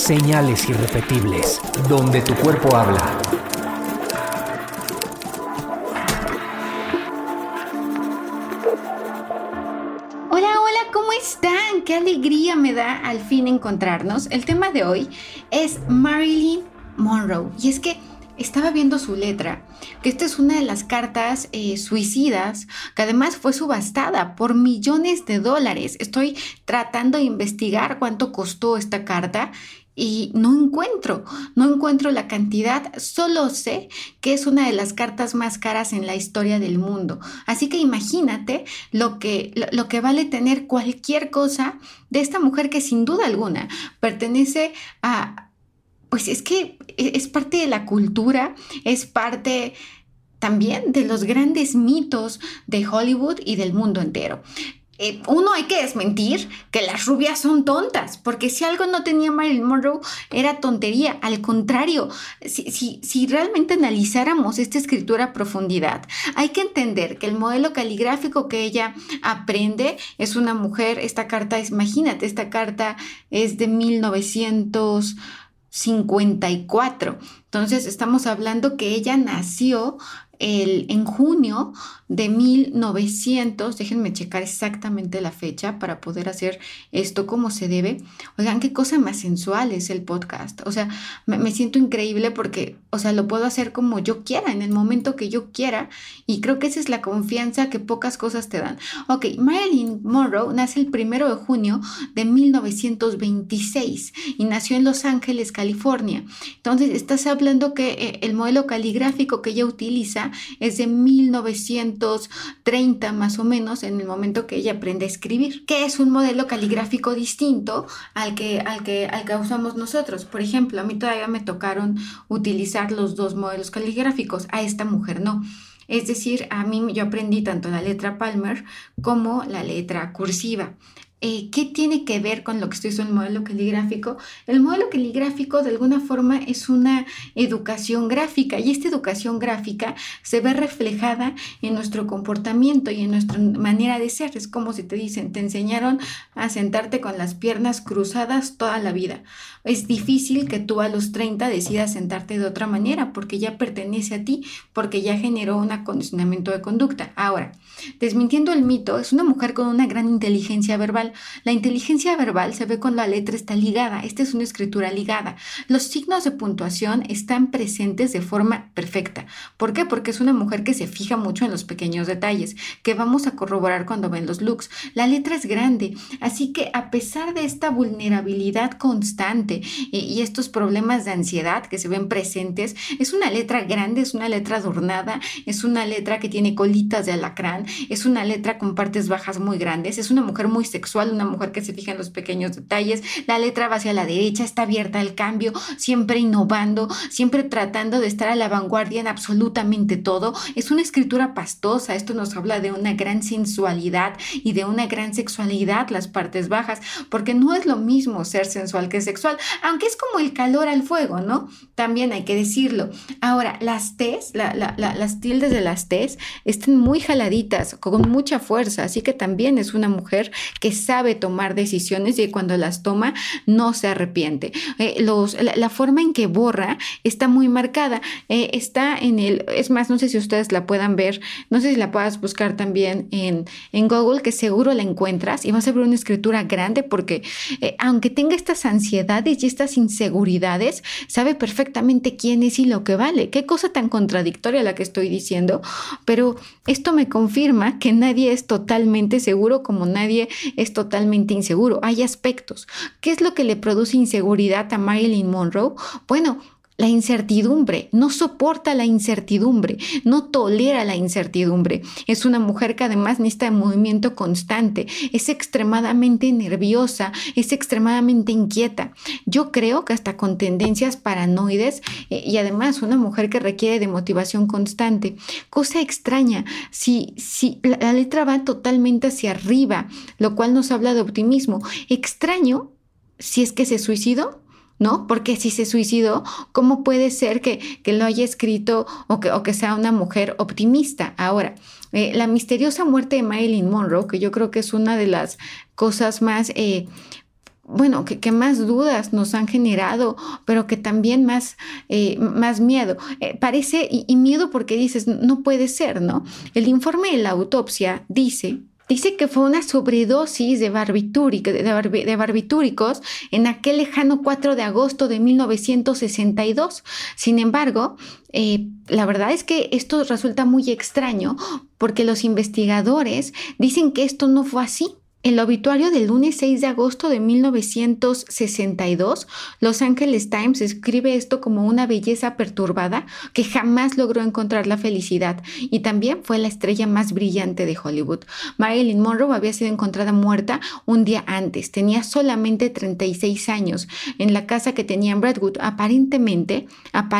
Señales irrepetibles, donde tu cuerpo habla. Hola, ¿cómo están? Qué alegría me da al fin encontrarnos. El tema de hoy es Marilyn Monroe. Y es que estaba viendo su letra, que esta es una de las cartas suicidas, que además fue subastada por millones de dólares. Estoy tratando de investigar cuánto costó esta carta y no encuentro la cantidad, solo sé que es una de las cartas más caras en la historia del mundo. Así que imagínate lo que vale tener cualquier cosa de esta mujer que sin duda alguna pertenece a... Pues es que es parte de la cultura, es parte también de los grandes mitos de Hollywood y del mundo entero. Uno, hay que desmentir que las rubias son tontas, porque si algo no tenía Marilyn Monroe era tontería. Al contrario, si realmente analizáramos esta escritura a profundidad, hay que entender que el modelo caligráfico que ella aprende es una mujer. Esta carta, imagínate, esta carta es de 1954. Entonces estamos hablando que ella nació en junio de 1900, déjenme checar exactamente la fecha para poder hacer esto como se debe. Oigan, qué cosa más sensual es el podcast. O sea, me siento increíble porque, o sea, lo puedo hacer como yo quiera, en el momento que yo quiera, y creo que esa es la confianza que pocas cosas te dan. Ok, Marilyn Monroe nace el 1 de junio de 1926 y nació en Los Ángeles, California. Entonces, estás hablando que el modelo caligráfico que ella utiliza es de 1930 más o menos, en el momento que ella aprende a escribir, que es un modelo caligráfico distinto al que usamos nosotros. Por ejemplo, a mí todavía me tocaron utilizar los dos modelos caligráficos, a esta mujer no. Es decir, a mí yo aprendí tanto la letra Palmer como la letra cursiva. ¿Qué tiene que ver con lo que estoy usando el modelo caligráfico? El modelo caligráfico de alguna forma es una educación gráfica, y esta educación gráfica se ve reflejada en nuestro comportamiento y en nuestra manera de ser. Es como si te dicen, te enseñaron a sentarte con las piernas cruzadas toda la vida. Es difícil que tú a los 30 decidas sentarte de otra manera porque ya pertenece a ti, porque ya generó un acondicionamiento de conducta. Ahora, desmintiendo el mito, es una mujer con una gran inteligencia verbal. La inteligencia verbal se ve cuando la letra está ligada. Esta es una escritura ligada. Los signos de puntuación están presentes de forma perfecta. ¿Por qué? Porque es una mujer que se fija mucho en los pequeños detalles, que vamos a corroborar cuando ven los looks. La letra es grande, así que a pesar de esta vulnerabilidad constante y estos problemas de ansiedad que se ven presentes, es una letra grande, es una letra adornada, es una letra que tiene colitas de alacrán, es una letra con partes bajas muy grandes, es una mujer muy sexual, una mujer que se fija en los pequeños detalles. La letra va hacia la derecha, está abierta al cambio, siempre innovando, siempre tratando de estar a la vanguardia en absolutamente todo. Es una escritura pastosa. Esto nos habla de una gran sensualidad y de una gran sexualidad, las partes bajas, porque no es lo mismo ser sensual que sexual, aunque es como el calor al fuego, ¿no? También hay que decirlo. Ahora, las T's, las tildes de las T's están muy jaladitas, con mucha fuerza, así que también es una mujer que sabe tomar decisiones y cuando las toma no se arrepiente. La forma en que borra está muy marcada. Está es más, no sé si ustedes la puedan ver, no sé si la puedas buscar también en Google, que seguro la encuentras y vas a ver una escritura grande porque aunque tenga estas ansiedades y estas inseguridades, sabe perfectamente quién es y lo que vale. Qué cosa tan contradictoria la que estoy diciendo, pero esto me confirma que nadie es totalmente seguro como nadie es totalmente inseguro. Hay aspectos. ¿Qué es lo que le produce inseguridad a Marilyn Monroe? Bueno, la incertidumbre, no soporta la incertidumbre, no tolera la incertidumbre. Es una mujer que además necesita movimiento constante, es extremadamente nerviosa, es extremadamente inquieta. Yo creo que hasta con tendencias paranoides y además una mujer que requiere de motivación constante. Cosa extraña, si la letra va totalmente hacia arriba, lo cual nos habla de optimismo. Extraño si es que se suicidó, ¿no? Porque si se suicidó, ¿cómo puede ser que lo haya escrito o que sea una mujer optimista? Ahora, la misteriosa muerte de Marilyn Monroe, que yo creo que es una de las cosas más bueno, que más dudas nos han generado, pero que también más miedo. Parece, y miedo porque dices, no puede ser, ¿no? El informe de la autopsia dice que fue una sobredosis de barbitúricos en aquel lejano 4 de agosto de 1962. Sin embargo, la verdad es que esto resulta muy extraño porque los investigadores dicen que esto no fue así. El obituario del lunes 6 de agosto de 1962, Los Angeles Times escribe esto como una belleza perturbada que jamás logró encontrar la felicidad y también fue la estrella más brillante de Hollywood. Marilyn Monroe había sido encontrada muerta un día antes, tenía solamente 36 años, en la casa que tenía en Brentwood. Aparentemente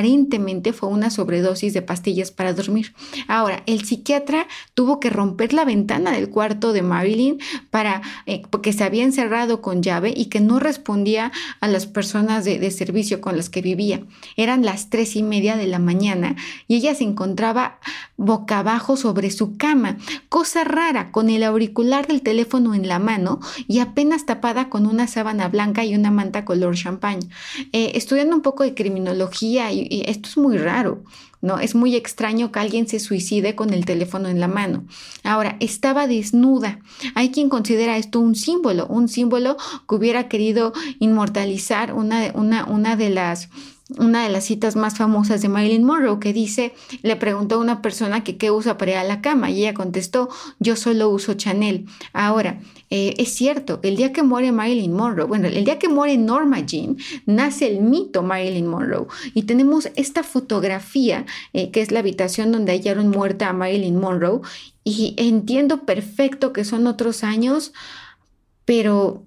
fue una sobredosis de pastillas para dormir. Ahora, el psiquiatra tuvo que romper la ventana del cuarto de Marilyn porque se había encerrado con llave y que no respondía a las personas de servicio con las que vivía. Eran las 3:30 de la mañana y ella se encontraba boca abajo sobre su cama, cosa rara, con el auricular del teléfono en la mano y apenas tapada con una sábana blanca y una manta color champán. Estudiando un poco de criminología, y esto es muy raro, ¿no? Es muy extraño que alguien se suicide con el teléfono en la mano. Ahora, estaba desnuda. Hay quien considera esto un símbolo que hubiera querido inmortalizar una de las citas más famosas de Marilyn Monroe, que dice, le preguntó a una persona que qué usa para ir a la cama y ella contestó, yo solo uso Chanel. Ahora, es cierto, el día que muere Marilyn Monroe, bueno, el día que muere Norma Jean, nace el mito Marilyn Monroe y tenemos esta fotografía que es la habitación donde hallaron muerta a Marilyn Monroe y entiendo perfecto que son otros años, pero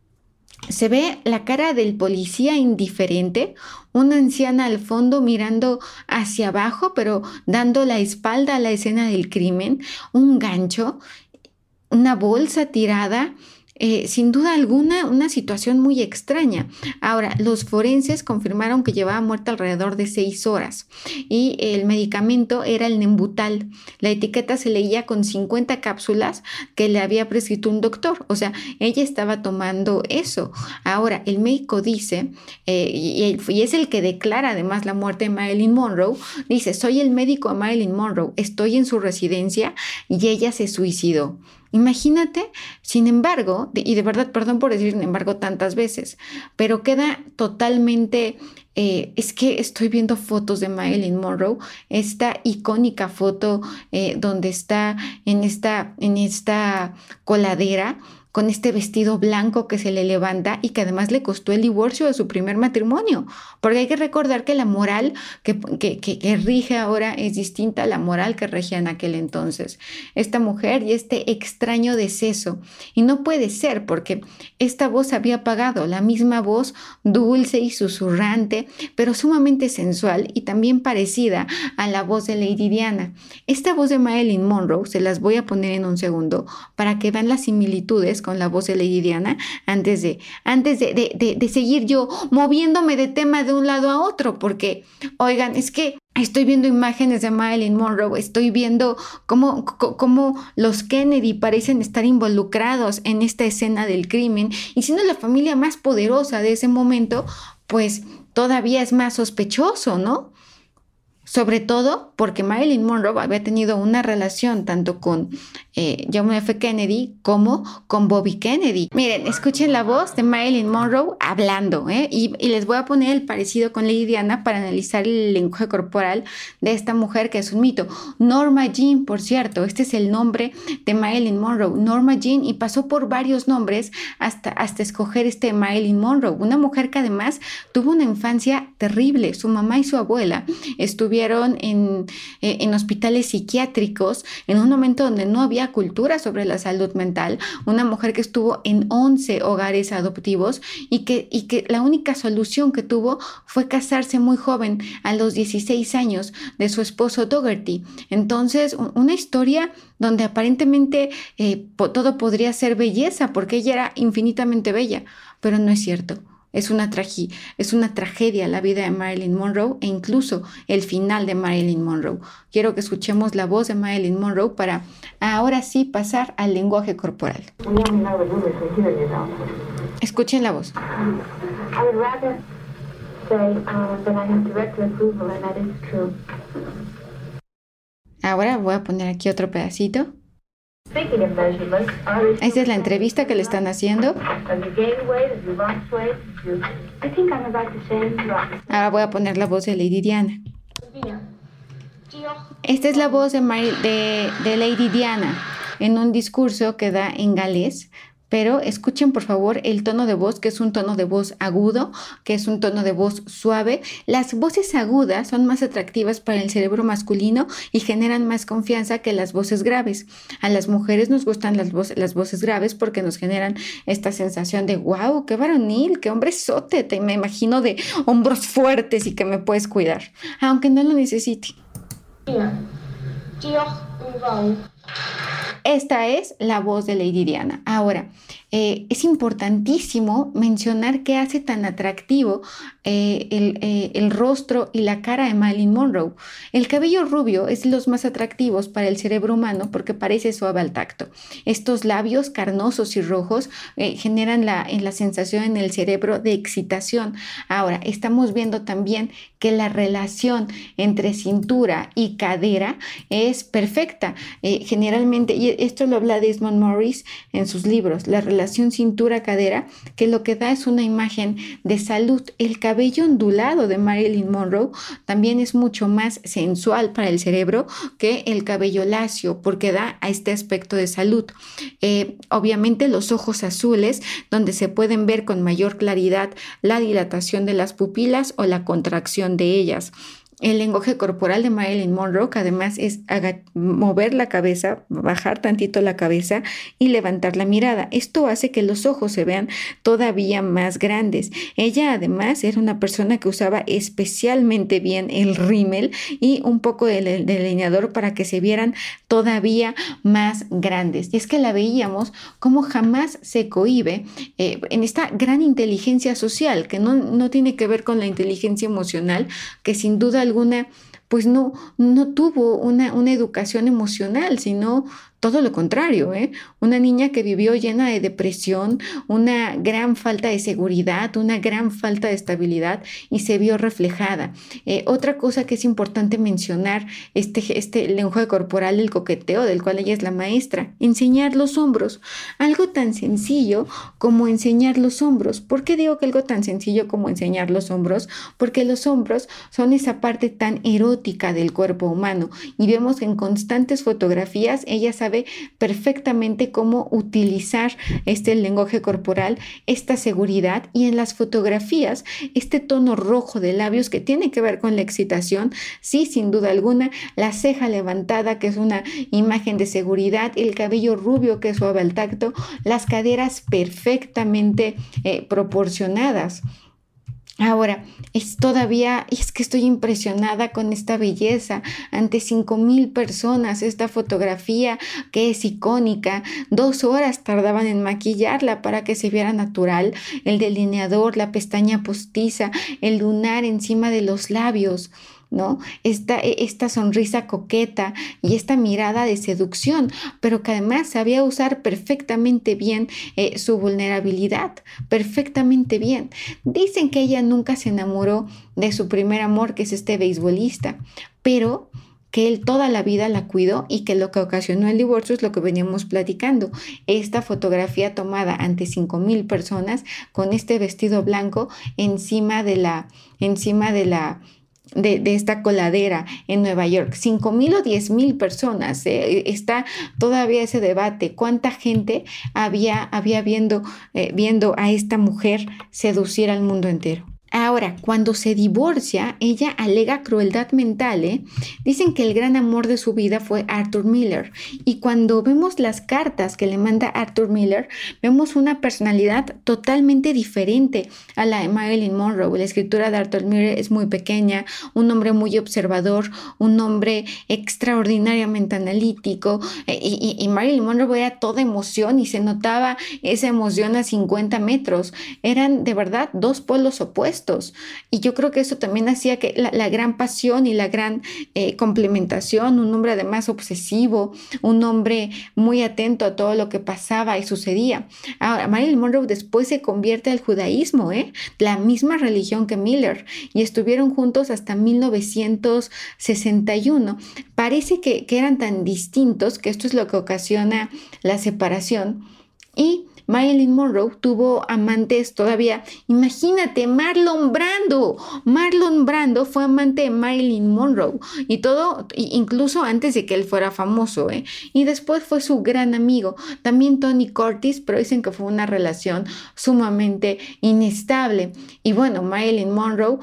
se ve la cara del policía indiferente, una anciana al fondo mirando hacia abajo, pero dando la espalda a la escena del crimen, un gancho, una bolsa tirada. Sin duda alguna, una situación muy extraña. Ahora, los forenses confirmaron que llevaba muerta alrededor de 6 horas y el medicamento era el Nembutal. La etiqueta se leía con 50 cápsulas que le había prescrito un doctor. O sea, ella estaba tomando eso. Ahora, el médico dice, y es el que declara además la muerte de Marilyn Monroe, dice, soy el médico de Marilyn Monroe, estoy en su residencia y ella se suicidó. Imagínate, sin embargo, y de verdad, perdón por decir sin embargo tantas veces, pero queda totalmente, es que estoy viendo fotos de Marilyn Monroe, esta icónica foto donde está en esta coladera, con este vestido blanco que se le levanta y que además le costó el divorcio de su primer matrimonio, porque hay que recordar que la moral que rige ahora es distinta a la moral que regía en aquel entonces. Esta mujer y este extraño deceso, y no puede ser porque esta voz había apagado, la misma voz dulce y susurrante, pero sumamente sensual y también parecida a la voz de Lady Diana. Esta voz de Marilyn Monroe se las voy a poner en un segundo para que vean las similitudes con la voz de Lady Diana antes de seguir yo moviéndome de tema de un lado a otro, porque, oigan, es que estoy viendo imágenes de Marilyn Monroe, estoy viendo cómo los Kennedy parecen estar involucrados en esta escena del crimen, y siendo la familia más poderosa de ese momento, pues todavía es más sospechoso, ¿no? Sobre todo porque Marilyn Monroe había tenido una relación tanto con John F. Kennedy como con Bobby Kennedy. Miren, escuchen la voz de Marilyn Monroe hablando, y les voy a poner el parecido con Lady Diana para analizar el lenguaje corporal de esta mujer que es un mito. Norma Jean, por cierto, este es el nombre de Marilyn Monroe, Norma Jean, y pasó por varios nombres hasta escoger este Marilyn Monroe, una mujer que además tuvo una infancia terrible. Su mamá y su abuela estuvieron en hospitales psiquiátricos en un momento donde no había cultura sobre la salud mental, una mujer que estuvo en 11 hogares adoptivos y que la única solución que tuvo fue casarse muy joven, a los 16 años, de su esposo Dougherty. Entonces, una historia donde aparentemente todo podría ser belleza, porque ella era infinitamente bella, pero no es cierto. Es una tragedia la vida de Marilyn Monroe e incluso el final de Marilyn Monroe. Quiero que escuchemos la voz de Marilyn Monroe para ahora sí pasar al lenguaje corporal. We only know a little bit, we hear you, don't we? Escuchen la voz. I would rather say that I have director approval, and that is true. Ahora voy a poner aquí otro pedacito. Speaking of measurements, are Esta es la entrevista que le están haciendo. have you gained weight? Have you lost weight? I think I'm about the same. Ahora voy a poner la voz de Lady Diana. Esta es la voz de Lady Diana en un discurso que da en galés. Pero escuchen por favor el tono de voz, que es un tono de voz agudo, que es un tono de voz suave. Las voces agudas son más atractivas para el cerebro masculino y generan más confianza que las voces graves. A las mujeres nos gustan las voces graves porque nos generan esta sensación de wow, qué varonil, qué hombre sote, te me imagino de hombros fuertes y que me puedes cuidar, aunque no lo necesite. Esta es la voz de Lady Diana. Ahora, es importantísimo mencionar qué hace tan atractivo el rostro y la cara de Marilyn Monroe. El cabello rubio es de los más atractivos para el cerebro humano porque parece suave al tacto. Estos labios carnosos y rojos generan la sensación en el cerebro de excitación. Ahora, estamos viendo también que la relación entre cintura y cadera es perfecta. Generalmente, y esto lo habla Desmond Morris en sus libros, la relación cintura-cadera, que lo que da es una imagen de salud. El cabello ondulado de Marilyn Monroe también es mucho más sensual para el cerebro que el cabello lacio, porque da a este aspecto de salud. Obviamente los ojos azules, donde se pueden ver con mayor claridad la dilatación de las pupilas o la contracción de ellas. El lenguaje corporal de Marilyn Monroe, que además es mover la cabeza, bajar tantito la cabeza y levantar la mirada. Esto hace que los ojos se vean todavía más grandes. Ella además era una persona que usaba especialmente bien el rímel y un poco de delineador para que se vieran todavía más grandes. Y es que la veíamos como jamás se cohíbe en esta gran inteligencia social, que no tiene que ver con la inteligencia emocional, que sin duda alguna pues no tuvo una educación emocional, sino todo lo contrario, Una niña que vivió llena de depresión, una gran falta de seguridad, una gran falta de estabilidad y se vio reflejada. Otra cosa que es importante mencionar, este lenguaje corporal, el coqueteo, del cual ella es la maestra, enseñar los hombros. Algo tan sencillo como enseñar los hombros. ¿Por qué digo que algo tan sencillo como enseñar los hombros? Porque los hombros son esa parte tan erótica del cuerpo humano y vemos en constantes fotografías, ella sabe perfectamente cómo utilizar este lenguaje corporal, esta seguridad, y en las fotografías este tono rojo de labios que tiene que ver con la excitación, sí, sin duda alguna, la ceja levantada, que es una imagen de seguridad, el cabello rubio que es suave al tacto, las caderas perfectamente proporcionadas. Ahora, es que estoy impresionada con esta belleza ante 5,000 personas, esta fotografía que es icónica. 2 horas tardaban en maquillarla para que se viera natural, el delineador, la pestaña postiza, el lunar encima de los labios, ¿no? Esta sonrisa coqueta y esta mirada de seducción, pero que además sabía usar perfectamente bien su vulnerabilidad, perfectamente bien. Dicen que ella nunca se enamoró de su primer amor, que es este beisbolista, pero que él toda la vida la cuidó y que lo que ocasionó el divorcio es lo que veníamos platicando. Esta fotografía tomada ante 5,000 personas con este vestido blanco encima de esta coladera en Nueva York, 5,000 o 10,000 personas, está todavía ese debate, cuánta gente había viendo a esta mujer seducir al mundo entero. Ahora, cuando se divorcia, ella alega crueldad mental, Dicen que el gran amor de su vida fue Arthur Miller. Y cuando vemos las cartas que le manda Arthur Miller, vemos una personalidad totalmente diferente a la de Marilyn Monroe. La escritura de Arthur Miller es muy pequeña, un hombre muy observador, un hombre extraordinariamente analítico. Y Marilyn Monroe era toda emoción y se notaba esa emoción a 50 metros. Eran de verdad dos polos opuestos. opuestos. Y yo creo que eso también hacía que la gran pasión y la gran complementación, un hombre además obsesivo, un hombre muy atento a todo lo que pasaba y sucedía. Ahora, Marilyn Monroe después se convierte al judaísmo, la misma religión que Miller, y estuvieron juntos hasta 1961. Parece que eran tan distintos que esto es lo que ocasiona la separación. Y Marilyn Monroe tuvo amantes todavía. Imagínate, Marlon Brando. Marlon Brando fue amante de Marilyn Monroe y todo, incluso antes de que él fuera famoso, Y después fue su gran amigo. También Tony Curtis, pero dicen que fue una relación sumamente inestable. Y bueno, Marilyn Monroe...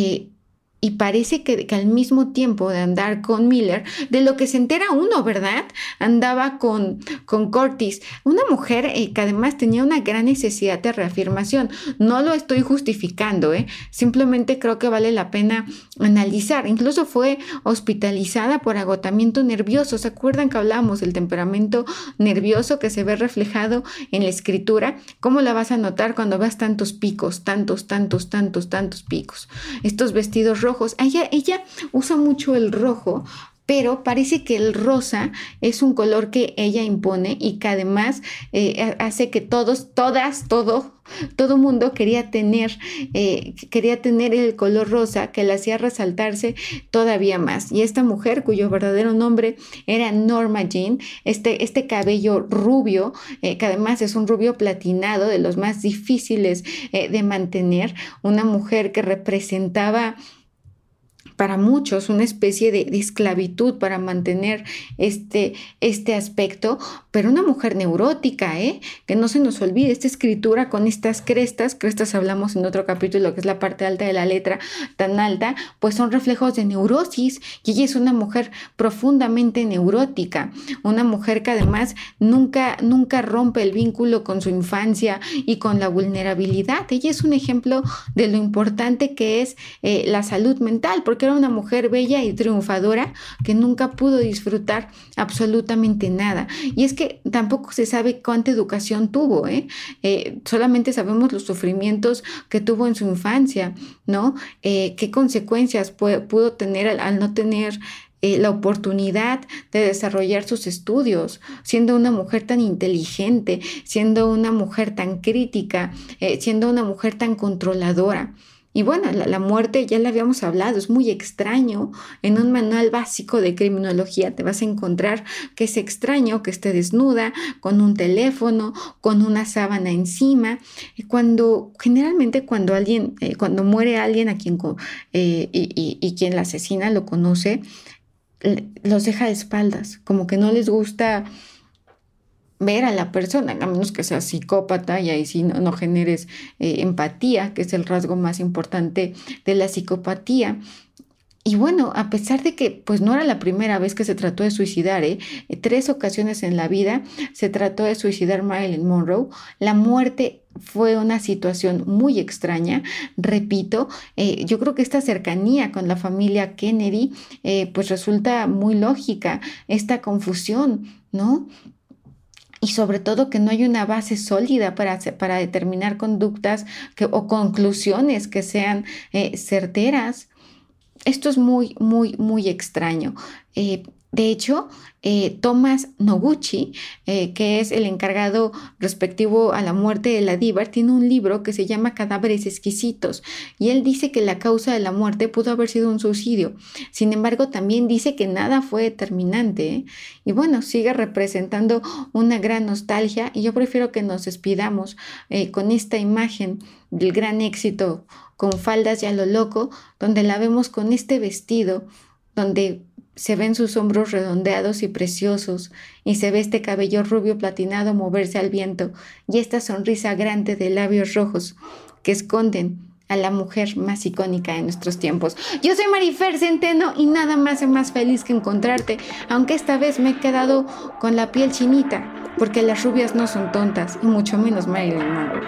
Y parece que al mismo tiempo de andar con Miller, de lo que se entera uno, ¿verdad? Andaba con Curtis, una mujer que además tenía una gran necesidad de reafirmación. No lo estoy justificando, simplemente creo que vale la pena analizar. Incluso fue hospitalizada por agotamiento nervioso. ¿Se acuerdan que hablábamos del temperamento nervioso que se ve reflejado en la escritura? ¿Cómo la vas a notar cuando veas tantos picos, tantos picos? Estos vestidos rojos. Ella usa mucho el rojo, pero parece que el rosa es un color que ella impone y que además hace que todo mundo quería tener el color rosa, que la hacía resaltarse todavía más. Y esta mujer, cuyo verdadero nombre era Norma Jean, este cabello rubio, que además es un rubio platinado, de los más difíciles de mantener, una mujer que representaba para muchos una especie de esclavitud para mantener este aspecto, pero una mujer neurótica, que no se nos olvide, esta escritura con estas crestas hablamos en otro capítulo, que es la parte alta de la letra tan alta, pues son reflejos de neurosis, y ella es una mujer profundamente neurótica, una mujer que además nunca rompe el vínculo con su infancia y con la vulnerabilidad. Ella es un ejemplo de lo importante que es la salud mental, porque era una mujer bella y triunfadora que nunca pudo disfrutar absolutamente nada. Y es que tampoco se sabe cuánta educación tuvo, solamente sabemos los sufrimientos que tuvo en su infancia, ¿no? Qué consecuencias pudo tener al no tener la oportunidad de desarrollar sus estudios, siendo una mujer tan inteligente, siendo una mujer tan crítica, siendo una mujer tan controladora. Y bueno, la muerte ya la habíamos hablado, es muy extraño. En un manual básico de criminología te vas a encontrar que es extraño que esté desnuda, con un teléfono, con una sábana encima. Generalmente cuando muere alguien a quien y quien la asesina lo conoce, los deja de espaldas, como que no les gusta ver a la persona, a menos que sea psicópata, y ahí sí no generes empatía, que es el rasgo más importante de la psicopatía. Y bueno, a pesar de que pues no era la primera vez que se trató de suicidar, 3 ocasiones en la vida se trató de suicidar Marilyn Monroe. La muerte fue una situación muy extraña, repito, yo creo que esta cercanía con la familia Kennedy pues resulta muy lógica, esta confusión, ¿no? Y sobre todo que no hay una base sólida para determinar conductas o conclusiones que sean certeras. Esto es muy, muy, muy extraño. De hecho, Thomas Noguchi, que es el encargado respectivo a la muerte de la diva, tiene un libro que se llama Cadáveres Exquisitos, y él dice que la causa de la muerte pudo haber sido un suicidio. Sin embargo, también dice que nada fue determinante, y bueno, sigue representando una gran nostalgia, y yo prefiero que nos despidamos con esta imagen del gran éxito con faldas y a lo loco, donde la vemos con este vestido, donde se ven sus hombros redondeados y preciosos, y se ve este cabello rubio platinado moverse al viento, y esta sonrisa grande de labios rojos que esconden a la mujer más icónica de nuestros tiempos. Yo soy Marifer Centeno y nada me hace más feliz que encontrarte, aunque esta vez me he quedado con la piel chinita, porque las rubias no son tontas, y mucho menos Marilyn Monroe.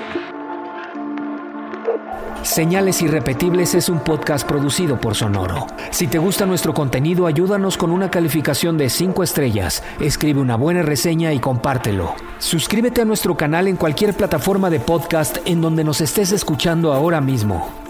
Señales Irrepetibles es un podcast producido por Sonoro. Si te gusta nuestro contenido, ayúdanos con una calificación de 5 estrellas, escribe una buena reseña y compártelo. Suscríbete a nuestro canal en cualquier plataforma de podcast en donde nos estés escuchando ahora mismo.